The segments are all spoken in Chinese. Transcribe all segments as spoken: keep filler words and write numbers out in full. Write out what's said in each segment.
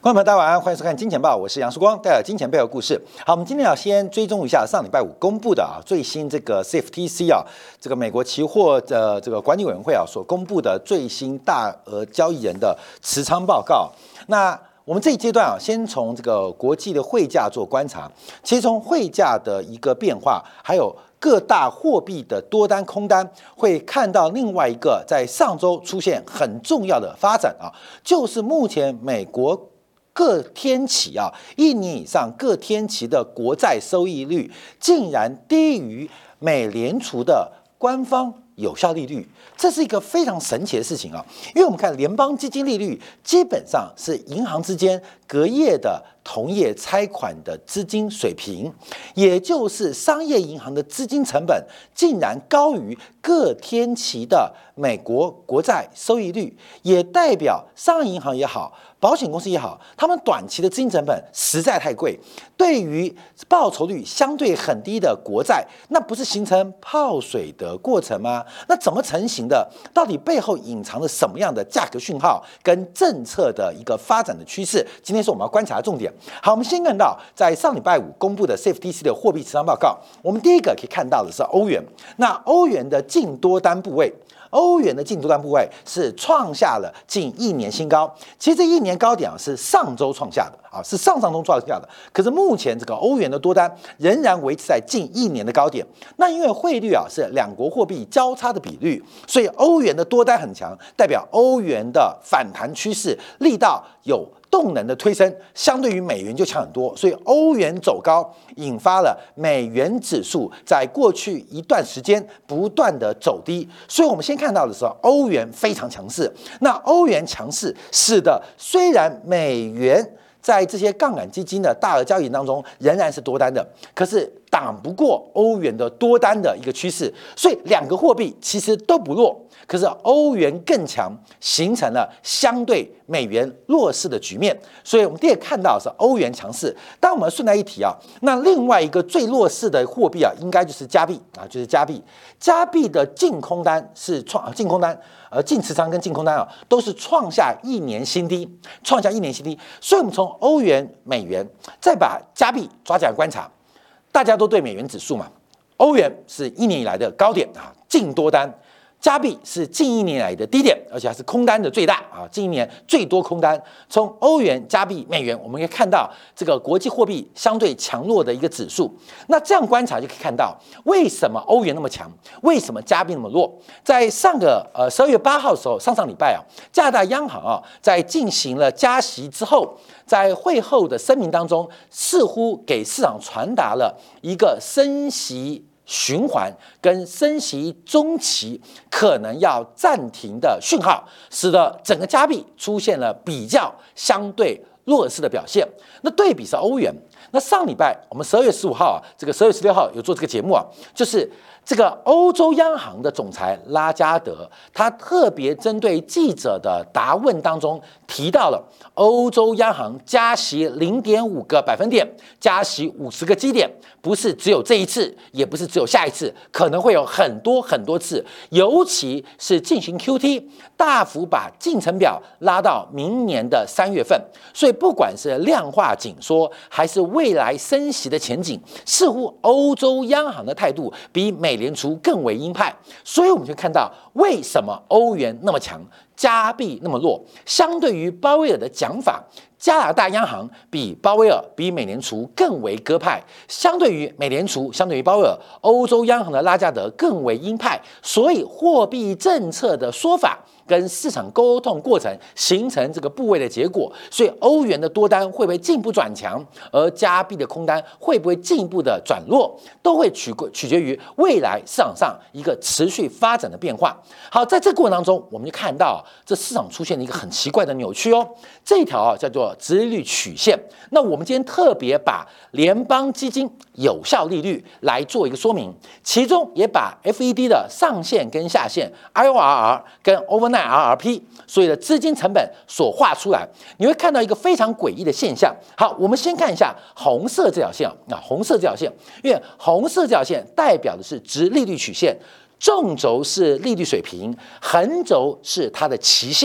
观众朋友，大家晚安，欢迎收看《金钱报》，我是杨曙光，带来金钱背后故事。好，我们今天要先追踪一下上礼拜五公布的啊最新这个 C F T C 啊，这个美国期货的这个管理委员会啊所公布的最新大额交易人的持仓报告。那我们这一阶段啊，先从这个国际的汇价做观察。其实从汇价的一个变化，还有各大货币的多单空单，会看到另外一个在上周出现很重要的发展啊，就是目前美国各天期啊，一年以上各天期的国债收益率竟然低于美联储的官方有效利率，这是一个非常神奇的事情啊！因为我们看联邦基金利率基本上是银行之间隔夜的同业拆款的资金水平，也就是商业银行的资金成本竟然高于各天期的美国国债收益率，也代表商业银行也好，保险公司也好，他们短期的资金成本实在太贵，对于报酬率相对很低的国债，那不是形成泡水的过程吗？那怎么成型的？到底背后隐藏着什么样的价格讯号跟政策的一个发展的趋势？今天是我们要观察的重点。好，我们先看到在上礼拜五公布的 C F T C 的货币持仓报告，我们第一个可以看到的是欧元。那欧元的净多单部位。欧元的净多单部位是创下了近一年新高，其实这一年高点啊是上周创下的啊，是上上周创下的。可是目前这个欧元的多单仍然维持在近一年的高点。那因为汇率啊是两国货币交叉的比率，所以欧元的多单很强，代表欧元的反弹趋势力道有动能的推升，相对于美元就强很多，所以欧元走高，引发了美元指数在过去一段时间不断的走低。所以我们先看到的是欧元非常强势，那欧元强势使得虽然美元在这些杠杆基金的大额交易当中仍然是多单的，可是挡不过欧元的多单的一个趋势，所以两个货币其实都不弱，可是欧元更强，形成了相对美元弱势的局面。所以我们第一个看到的是欧元强势。当我们顺带一提啊，那另外一个最弱势的货币啊，应该就是加币啊，就是加币。加币的净空单是创净空单，呃，净持仓跟净空单啊，都是创下一年新低，创下一年新低。所以我们从欧元、美元，再把加币抓起来观察。大家都对美元指数嘛，欧元是一年以来的高点啊，净多单；加币是近一年来的低点，而且还是空单的最大啊，近一年最多空单。从欧元、加币、美元，我们可以看到这个国际货币相对强弱的一个指数。那这样观察就可以看到，为什么欧元那么强，为什么加币那么弱？在上个呃十二月八号的时候，上上礼拜啊，加拿大央行啊在进行了加息之后。在会后的声明当中，似乎给市场传达了一个升息循环跟升息中期可能要暂停的讯号，使得整个加币出现了比较相对弱势的表现。那对比是欧元，那上礼拜我们十二月十五号啊，这个十二月十六号有做这个节目啊，就是这个欧洲央行的总裁拉加德，他特别针对记者的答问当中提到了欧洲央行加息零点五个百分点，加息五十个基点，不是只有这一次，也不是只有下一次，可能会有很多很多次，尤其是进行 Q T， 大幅把进程表拉到明年的三月份。所以不管是量化紧缩，还是未来升息的前景，似乎欧洲央行的态度比美美联储更为鹰派，所以我们就看到为什么欧元那么强，加币那么弱。相对于鲍威尔的讲法，加拿大央行比鲍威尔比美联储更为鸽派，相对于美联储，相对于鲍威尔，欧洲央行的拉加德更为鹰派，所以货币政策的说法跟市场沟通过程形成这个部位的结果，所以欧元的多单会不会进一步转强，而加币的空单会不会进一步的转弱，都会取取决于未来市场上一个持续发展的变化。好，在这个过程当中，我们就看到这市场出现了一个很奇怪的扭曲哦，这一条啊叫做殖利率曲线。那我们今天特别把联邦基金有效利率来做一个说明，其中也把 F E D 的上限跟下限 I O R R 跟 Overnight R R P 所有的资金成本所画出来，你会看到一个非常诡异的现象。好，我们先看一下红色这条线啊，红色这条线，因为红色这条线代表的是殖利率曲线，纵轴是利率水平，横轴是它的期限。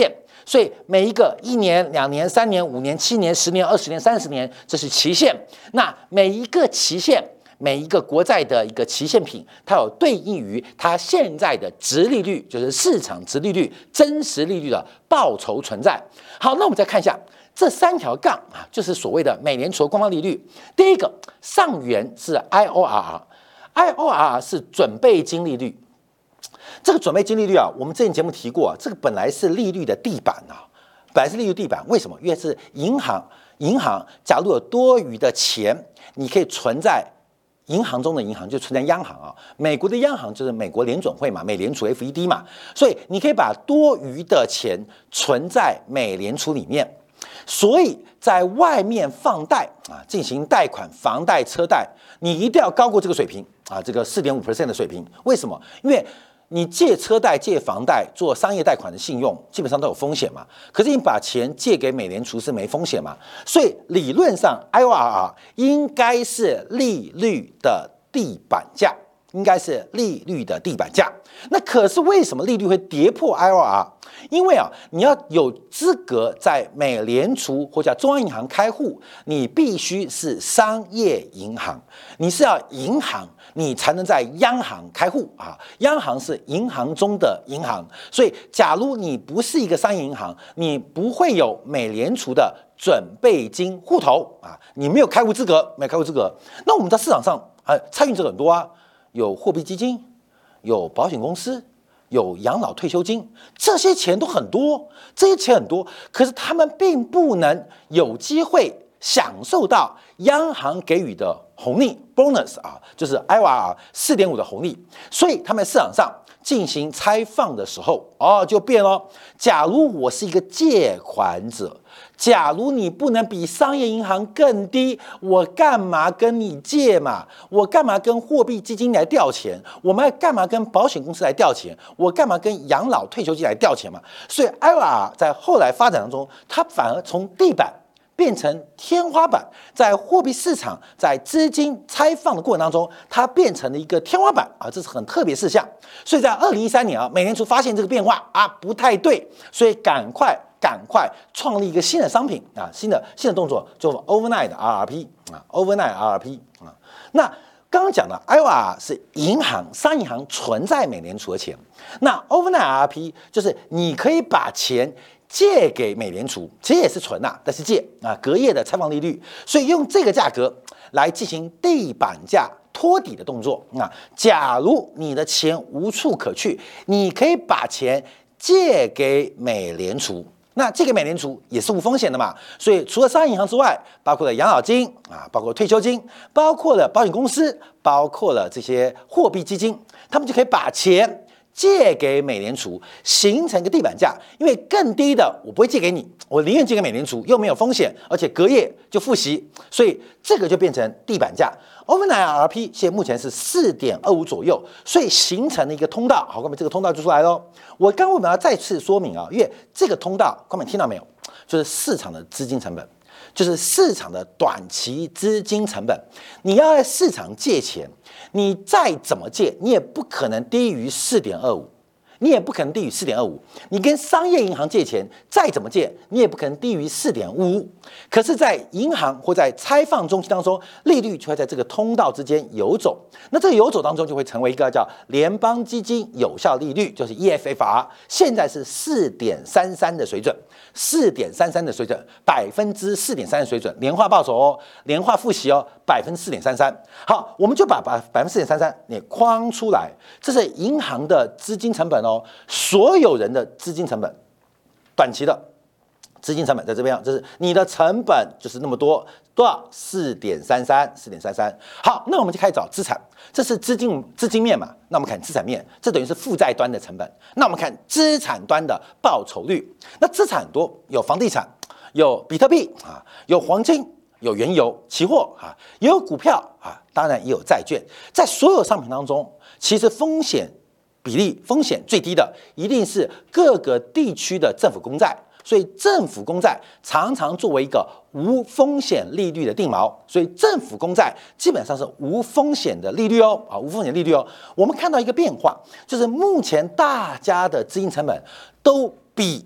所以每一个一年、两年、三年、五年、七年、十年、二十年、三十年，这是期限。那每一个期限。每一个国债的一个期限品，它有对应于它现在的殖利率，就是市场殖利率、真实利率的报酬存在。好，那我们再看一下这三条杠啊，就是所谓的美联储的官方利率。第一个上缘是 I O R，I O R 是准备金利率。这个准备金利率啊，我们之前节目提过啊，这个本来是利率的地板啊，本来是利率地板。为什么？因为是银行，银行假如有多余的钱，你可以存在。银行中的银行就存在央行啊，美国的央行就是美国联准会嘛，美联储 F E D 嘛，所以你可以把多余的钱存在美联储里面，所以在外面放贷啊，进行贷款、房贷、车贷，你一定要高过这个水平啊，这个 百分之四点五 的水平。为什么？因为你借车贷、借房贷做商业贷款的信用，基本上都有风险嘛。可是你把钱借给美联储是没风险嘛？所以理论上 I O R 应该是利率的地板价，应该是利率的地板价。那可是为什么利率会跌破 I O R？ 因为啊，你要有资格在美联储或者中央银行开户，你必须是商业银行，你是要银行，你才能在央行开户啊。央行是银行中的银行，所以假如你不是一个商业银行，你不会有美联储的准备金户头啊，你没有开户资格，没有开户资格。那我们在市场上啊，参与者很多啊，有货币基金，有保险公司。有养老退休金，这些钱都很多，这些钱很多，可是他们并不能有机会享受到央行给予的红利 bonus 啊，就是 I O R 四点五 的红利，所以他们市场上进行拆放的时候，哦，就变了。假如我是一个借款者，假如你不能比商业银行更低，我干嘛跟你借嘛？我干嘛跟货币基金来调钱？我们干嘛跟保险公司来调钱？我干嘛跟养老退休金来调钱嘛？所以 I O R 在后来发展当中，它反而从地板变成天花板，在货币市场，在资金拆放的过程当中，它变成了一个天花板啊，这是很特别事项。所以在二零一三年啊，美联储发现这个变化啊不太对，所以赶快赶快创立一个新的商品啊，新的新的动作，就 overnight R R P 啊 ，overnight R R P 啊。那刚刚讲的 I O R 是银行、商业银行存在美联储的钱，那 overnight R R P 就是你可以把钱借给美联储，其实也是存呐、啊，但是借啊，隔夜的拆放利率，所以用这个价格来进行地板价托底的动作啊。假如你的钱无处可去，你可以把钱借给美联储，那借给美联储也是无风险的嘛。所以除了商业银行之外，包括了养老金啊，包括退休金，包括了保险公司，包括了这些货币基金，他们就可以把钱借给美联储，形成一个地板价，因为更低的我不会借给你，我宁愿借给美联储，又没有风险，而且隔夜就付息，所以这个就变成地板价。Overnight R R P 现在目前是 四点二五 左右，所以形成了一个通道。好，各位，这个通道就出来喽。我刚刚我们要再次说明啊，因为这个通道，各位听到没有？就是市场的资金成本，就是市场的短期资金成本。你要在市场借钱，你再怎么借，你也不可能低于 四点二五。你也不可能低于 四点二五，你跟商业银行借钱，再怎么借，你也不可能低于 四点五五。可是，在银行或在拆放中心当中，利率就会在这个通道之间游走。那这个游走当中，就会成为一个叫联邦基金有效利率，就是 E F F R， 现在是 四点三三 的水准， 四点三三 的水准， 百分之四点三 的水准，年化报酬哦，年化付息哦， 百分之四点三三。好，我们就把把 百分之四点三三 你框出来，这是银行的资金成本哦。所有人的资金成本，短期的资金成本在这边，就是你的成本就是那么多，多少？ 四点三三， 四点三三。好，那我们就开始找资产，这是资金资金面嘛，那我们看资产面，这等于是负债端的成本。那我们看资产端的报酬率，那资产很多，有房地产，有比特币啊，有黄金，有原油、期货啊，也有股票啊，当然也有债券。在所有商品当中，其实风险比例风险最低的一定是各个地区的政府公债，所以政府公债常常作为一个无风险利率的定锚，所以政府公债基本上是无风险的利率哦，啊，无风险利率哦。我们看到一个变化，就是目前大家的资金成本都比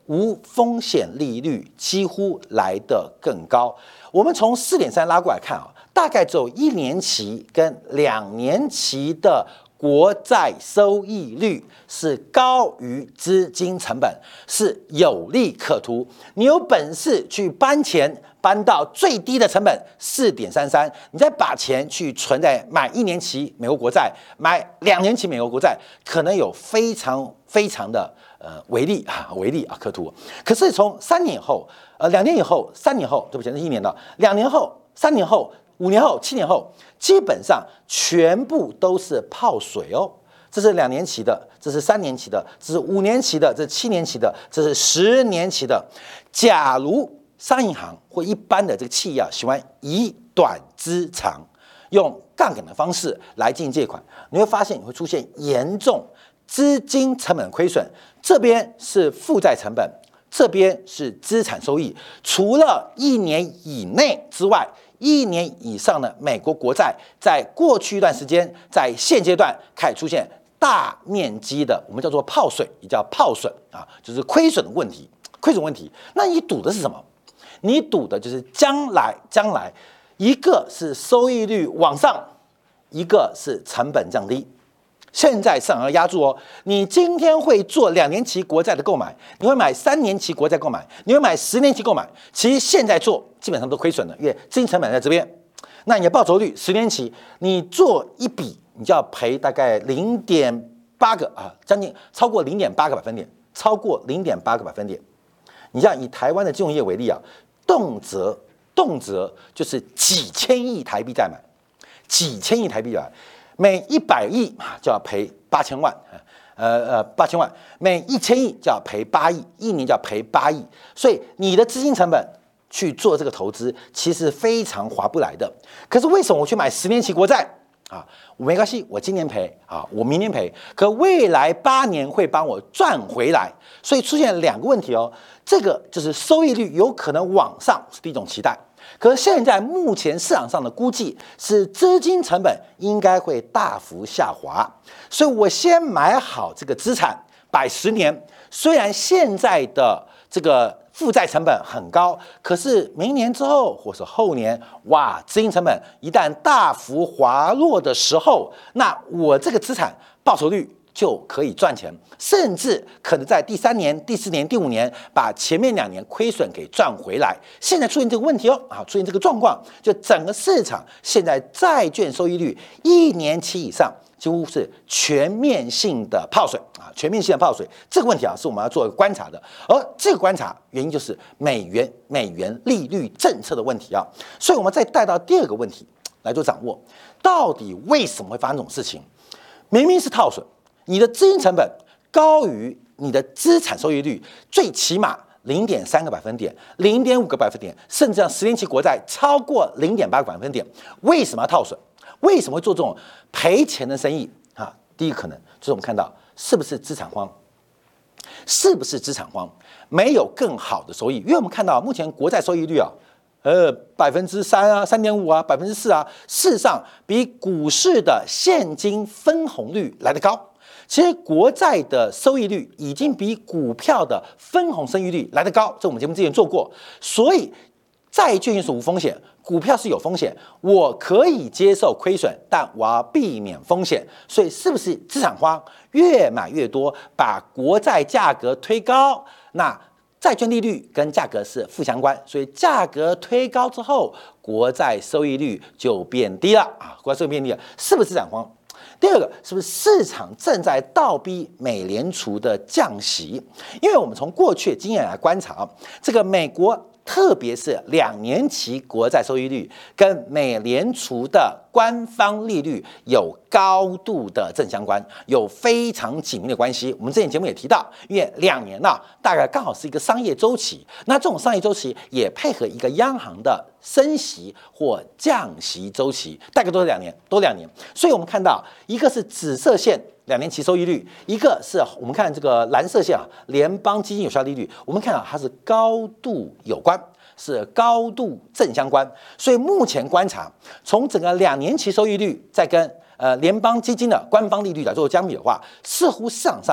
无风险利率几乎来得更高。我们从四点三拉过来看啊，大概只有一年期跟两年期的国债收益率是高于资金成本，是有利可图。你有本事去搬钱搬到最低的成本 四点三三， 你再把钱去存在买一年期美国国债，买两年期美国国债，可能有非常非常的呃为利啊为利啊可图。可是从三年以后，呃两年以后，三年后，对不起，那是一年了，两年后，三年后。五年后、七年后，基本上全部都是泡水哦。这是两年期的，这是三年期的，这是五年期的，这是七年期的，这是十年期的。假如商业银行或一般的这个企业啊，喜欢以短资长，用杠杆的方式来进行借款，你会发现你会出现严重资金成本亏损。这边是负债成本，这边是资产收益。除了一年以内之外，一年以上的美国国债，在过去一段时间，在现阶段开始出现大面积的，我们叫做泡水，也叫泡损啊，就是亏损的问题。亏损问题，那你赌的是什么？你赌的就是将来，将来一个是收益率往上，一个是成本降低。现在市场要压住哦，你今天会做两年期国债的购买，你会买三年期国债购买，你会买十年期购买，其实现在做基本上都亏损了，因为资金成本在这边。那你的报酬率十年期，你做一笔你就要赔大概零点八个啊，将近超过零点八个百分点，超过零点八个百分点。你像以台湾的金融业为例啊，动辄动辄就是几千亿台币在买，几千亿台币在买。每一百亿就要赔八千万，呃呃八千万，每一千亿就要赔八亿，一年就要赔八亿，所以你的资金成本去做这个投资，其实非常划不来的。可是为什么我去买十年期国债啊？我没关系，我今年赔啊，我明年赔，可未来八年会帮我赚回来。所以出现两个问题哦，这个就是收益率有可能往上是第一种期待。可是现在目前市场上的估计是资金成本应该会大幅下滑，所以我先买好这个资产摆十年。虽然现在的这个负债成本很高，可是明年之后或是后年，哇，资金成本一旦大幅滑落的时候，那我这个资产报酬率就可以赚钱，甚至可能在第三年、第四年、第五年把前面两年亏损给赚回来。现在出现这个问题哦，啊，出现这个状况，就整个市场现在债券收益率一年期以上几乎是全面性的泡水啊，全面性的泡水。这个问题啊，是我们要做观察的，而这个观察原因就是美元美元利率政策的问题啊。所以我们再带到第二个问题来做掌握，到底为什么会发生这种事情？明明是套损。你的资金成本高于你的资产收益率，最起码零点三个百分点、零点五个百分点，甚至让十年期国债超过零点八个百分点。为什么要套损？为什么会做这种赔钱的生意啊？第一个可能就是我们看到是不是资产荒，是不是资产荒，没有更好的收益。因为我们看到目前国债收益率啊，呃，百分之三啊，三点五啊，百分之四啊，事实上比股市的现金分红率来得高。其实国债的收益率已经比股票的分红收益率来得高，这我们节目之前做过。所以债券是无风险，股票是有风险。我可以接受亏损，但我要避免风险。所以是不是资产荒越买越多，把国债价格推高？那债券利率跟价格是负相关，所以价格推高之后，国债收益率就变低了啊，国债收益率变低了，是不是资产荒？第二个，是不是市场正在倒逼美联储的降息？因为我们从过去的经验来观察，这个美国特别是两年期国债收益率跟美联储的官方利率有高度的正相关，有非常紧密的关系。我们之前节目也提到，因为两年呢、啊，大概刚好是一个商业周期，那这种商业周期也配合一个央行的升息或降息周期，大概都是两年，都两年。所以我们看到，一个是紫色线两年期收益率，一个是我们看这个蓝色线啊，联邦基金有效利率，我们看到它是高度有关，是高度正相关。所以目前观察，从整个两年期收益率再跟呃联邦基金的官方利率来做相比的话，似乎市场上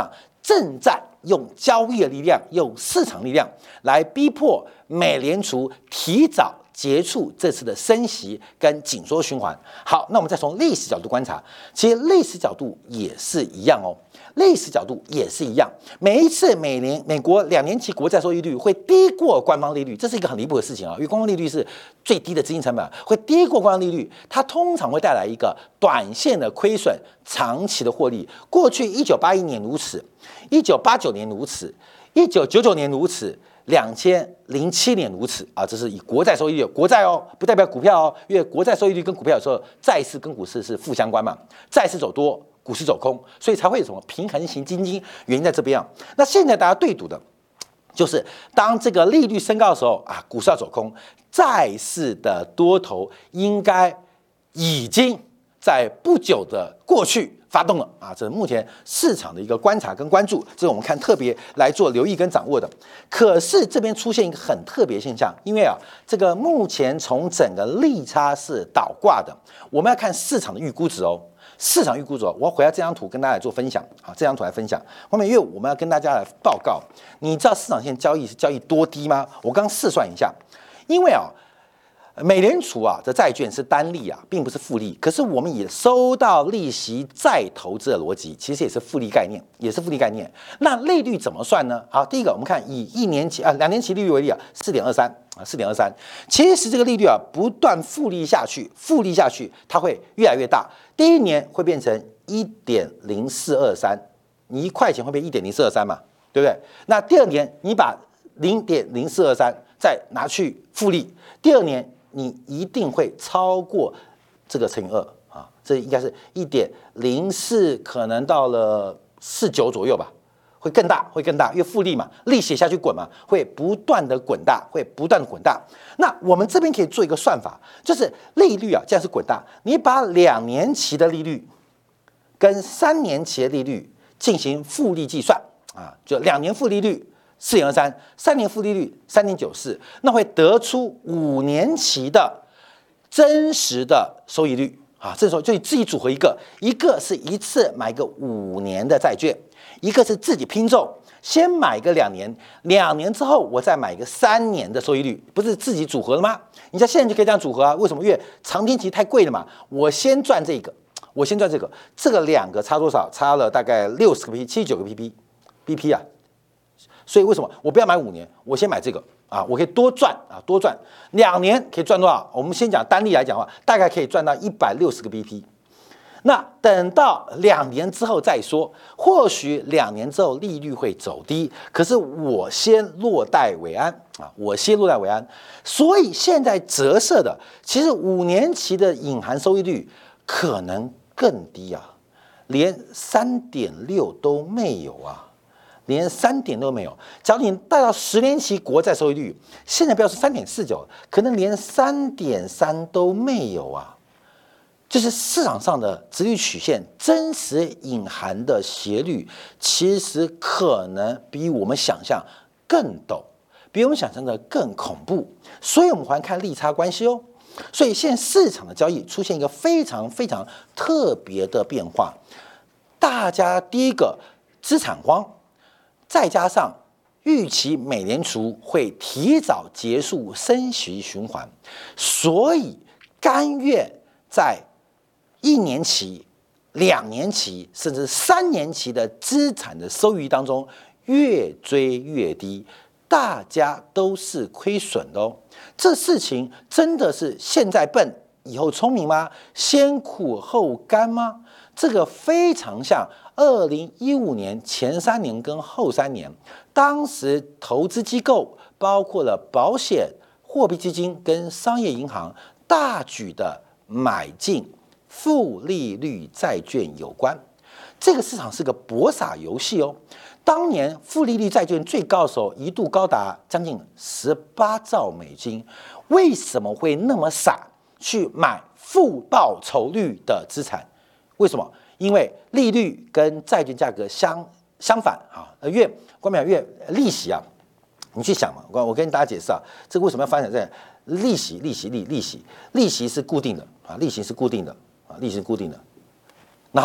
正在用交易的力量、用市场力量来逼迫美联储提早结束这次的升息跟紧缩循环。好，那我们再从历史角度观察，其实历史角度也是一样哦。历史角度也是一样，每一次美联美国两年期国债收益率会低过官方利率，这是一个很离谱的事情啊，因为官方利率是最低的资金成本，会低过官方利率，它通常会带来一个短线的亏损，长期的获利。过去一九八一年如此，一九八九年如此，一九九九年如此。两千零七年如此啊，这是以国债收益率，国债哦，不代表股票哦，因为国债收益率跟股票有时候债市跟股市是负相关嘛，债市走多，股市走空，所以才会有什么平衡型基金，原因在这边啊。那现在大家对赌的，就是当这个利率升高的时候啊，股市要走空，债市的多头应该已经在不久的过去发动了啊，这是目前市场的一个观察跟关注，这是我们看特别来做留意跟掌握的。可是这边出现一个很特别现象，因为啊，这个目前从整个利差是倒挂的，我们要看市场的预估值哦。市场预估值哦，我要回到这张图跟大家来做分享啊，这张图来分享。后面因为我们要跟大家来报告，你知道市场线交易是交易多低吗？我刚试算一下，因为啊。美联储啊的债券是单利啊，并不是复利。可是我们以收到利息再投资的逻辑，其实也是复利概念，也是复利概念。那利率怎么算呢？好，第一个我们看以一年期啊、两年期利率为例啊，四点二三啊，四点二三。其实这个利率啊不断复利下去，复利下去，它会越来越大。第一年会变成一点零四二三，你一块钱会变一点零四二三嘛，对不对？那第二年你把零点零四二三再拿去复利，第二年。你一定会超过这个乘以二啊，这应该是一点零四，可能到了四九左右吧，会更大，会更大，因为复利嘛，利息下去滚嘛，会不断的滚大，会不断的滚大。那我们这边可以做一个算法，就是利率啊，既然是滚大，你把两年期的利率跟三年期的利率进行复利计算啊，就两年复利率。四点二三，三年复利率三点九四，那会得出五年期的真实的收益率啊。这时候就你自己组合一个，一个是一次买个五年的债券，一个是自己拼凑，先买个两年，两年之后我再买一个三年的收益率，不是自己组合了吗？你像现在就可以这样组合啊。为什么？因为长天期太贵了嘛，我先赚这个，我先赚这个，这个两个差多少？差了大概六十个 P， 七十九个 P P，B P 啊。所以为什么我不要买五年，我先买这个啊？我可以多赚啊，多赚两年可以赚多少？我们先讲单利来讲的话，大概可以赚到一百六十个 B P。那等到两年之后再说，或许两年之后利率会走低，可是我先落袋为安啊，我先落袋为安。所以现在折射的，其实五年期的隐含收益率可能更低啊，连三点六都没有啊。连三点都没有。假如你带到十年期国债收益率，现在标是三点四九，可能连三点三都没有啊。就是市场上的殖利率曲线真实隐含的斜率，其实可能比我们想象更陡，比我们想象的更恐怖。所以我们还看利差关系哦。所以现在市场的交易出现一个非常非常特别的变化，大家第一个资产荒。再加上预期美联储会提早结束升息循环，所以甘愿在一年期、两年期甚至三年期的资产的收益当中越追越低，大家都是亏损的哦。这事情真的是现在笨，以后聪明吗？先苦后甘吗？这个非常像二零一五年前三年跟后三年，当时投资机构包括了保险、货币基金跟商业银行大举的买进负利率债券有关。这个市场是个博傻游戏哦。当年负利率债券最高的时候，一度高达将近十八兆美金。为什么会那么傻去买负报酬率的资产？为什么？因为利率跟债券价格相相反啊，越关表越利息啊，你去想嘛，我我跟大家解释啊，这个为什么要发展在利息、利息、利利息、利息是固定的啊，利息是固定的啊，利息是固定的。然后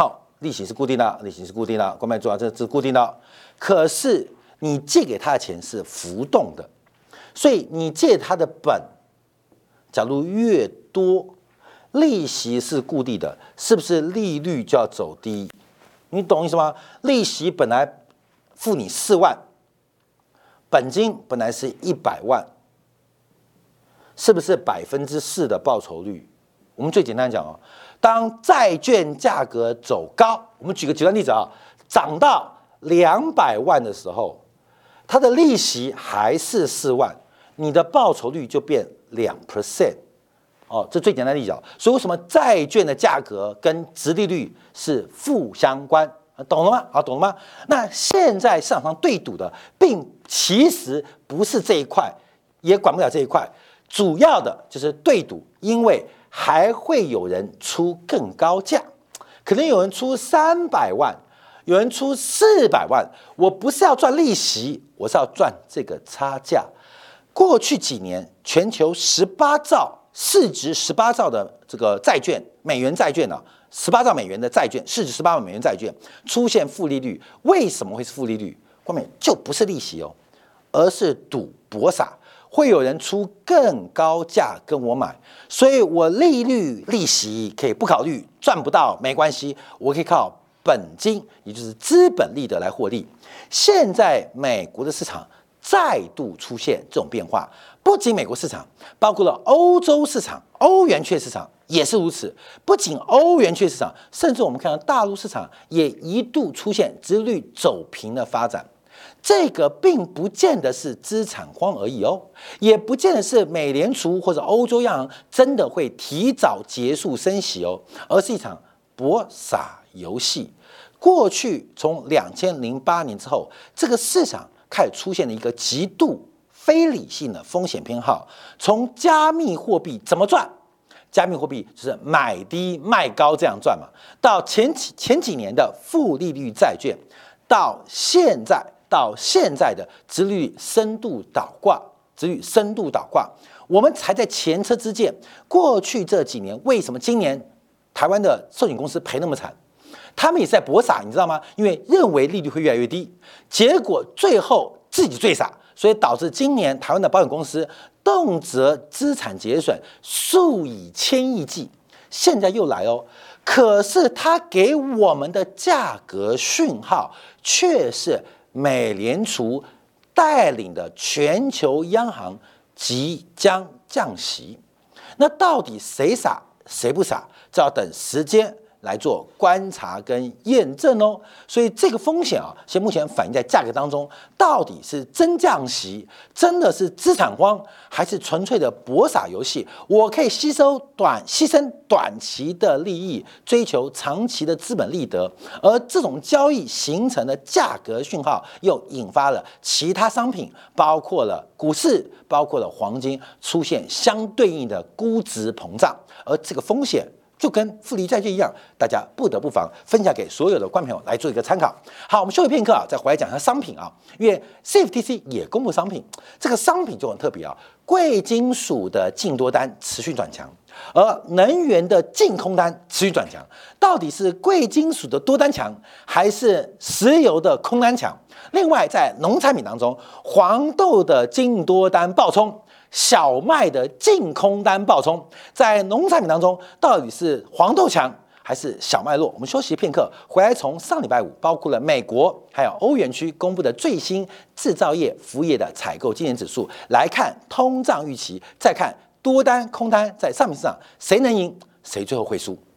利息是固定的，利息是固定的，关麦做啊，这是固定的。可是你借给他的钱是浮动的，所以你借他的本，假如越多，利息是固定的，是不是利率就要走低？你懂意思吗？利息本来付你四万，本金本来是一百万，是不是百分之四的报酬率？我们最简单讲哦，当债券价格走高，我们举个极端例子啊，涨到两百万的时候，它的利息还是四万，你的报酬率就变两 percent 哦，这最简单的例子。所以为什么债券的价格跟殖利率是负相关？懂了吗？好，懂了吗？那现在市场上对赌的，并其实不是这一块，也管不了这一块，主要的就是对赌，因为还会有人出更高价，可能有人出三百万，有人出四百万。我不是要赚利息，我是要赚这个差价。过去几年，全球十八兆市值十八兆的这个债券，美元债券啊，十八兆美元的债券，市值十八万美元债券出现负利率，为什么会是负利率？关键就不是利息哦，而是赌博傻。会有人出更高价跟我买，所以我利率利息可以不考虑，赚不到没关系，我可以靠本金，也就是资本利得来获利。现在美国的市场再度出现这种变化，不仅美国市场，包括了欧洲市场、欧元区市场也是如此。不仅欧元区市场，甚至我们看到大陆市场也一度出现殖利率走平的发展。这个并不见得是资产荒而已哦，也不见得是美联储或者欧洲央行真的会提早结束升息哦，而是一场博傻游戏。过去从两千零八年之后，这个市场开始出现了一个极度非理性的风险偏好。从加密货币怎么赚？加密货币就是买低卖高这样赚嘛。到前几前几年的负利率债券，到现在。到现在的殖利率深度倒挂，殖利率深度倒挂，我们才在前车之鉴。过去这几年，为什么今年台湾的寿险公司赔那么惨？他们也是在博傻，你知道吗？因为认为利率会越来越低，结果最后自己最傻，所以导致今年台湾的保险公司动辄资产减损数以千亿计。现在又来哦，可是他给我们的价格讯号却是美联储带领的全球央行即将降息。那到底谁傻谁不傻？这要等时间来做观察跟验证哦。所以这个风险啊，现目前反映在价格当中，到底是真降息，真的是资产荒，还是纯粹的博傻游戏？我可以吸收短牺牲短期的利益，追求长期的资本利得，而这种交易形成的价格讯号，又引发了其他商品，包括了股市，包括了黄金，出现相对应的估值膨胀，而这个风险就跟负利率债券一样，大家不得不防，分享给所有的观众朋友来做一个参考。好，我们休息片刻啊，再回来讲一下商品啊，因为 C F T C 也公布商品，这个商品就很特别啊，贵金属的净多单持续转强，而能源的净空单持续转强，到底是贵金属的多单强，还是石油的空单强？另外，在农产品当中，黄豆的净多单暴冲，小麦的净空单暴冲，在农产品当中，到底是黄豆强还是小麦弱？我们休息片刻，回来从上礼拜五，包括了美国还有欧元区公布的最新制造业、服务业的采购经理指数来看通胀预期，再看多单、空单在商品市场谁能赢，谁最后会输。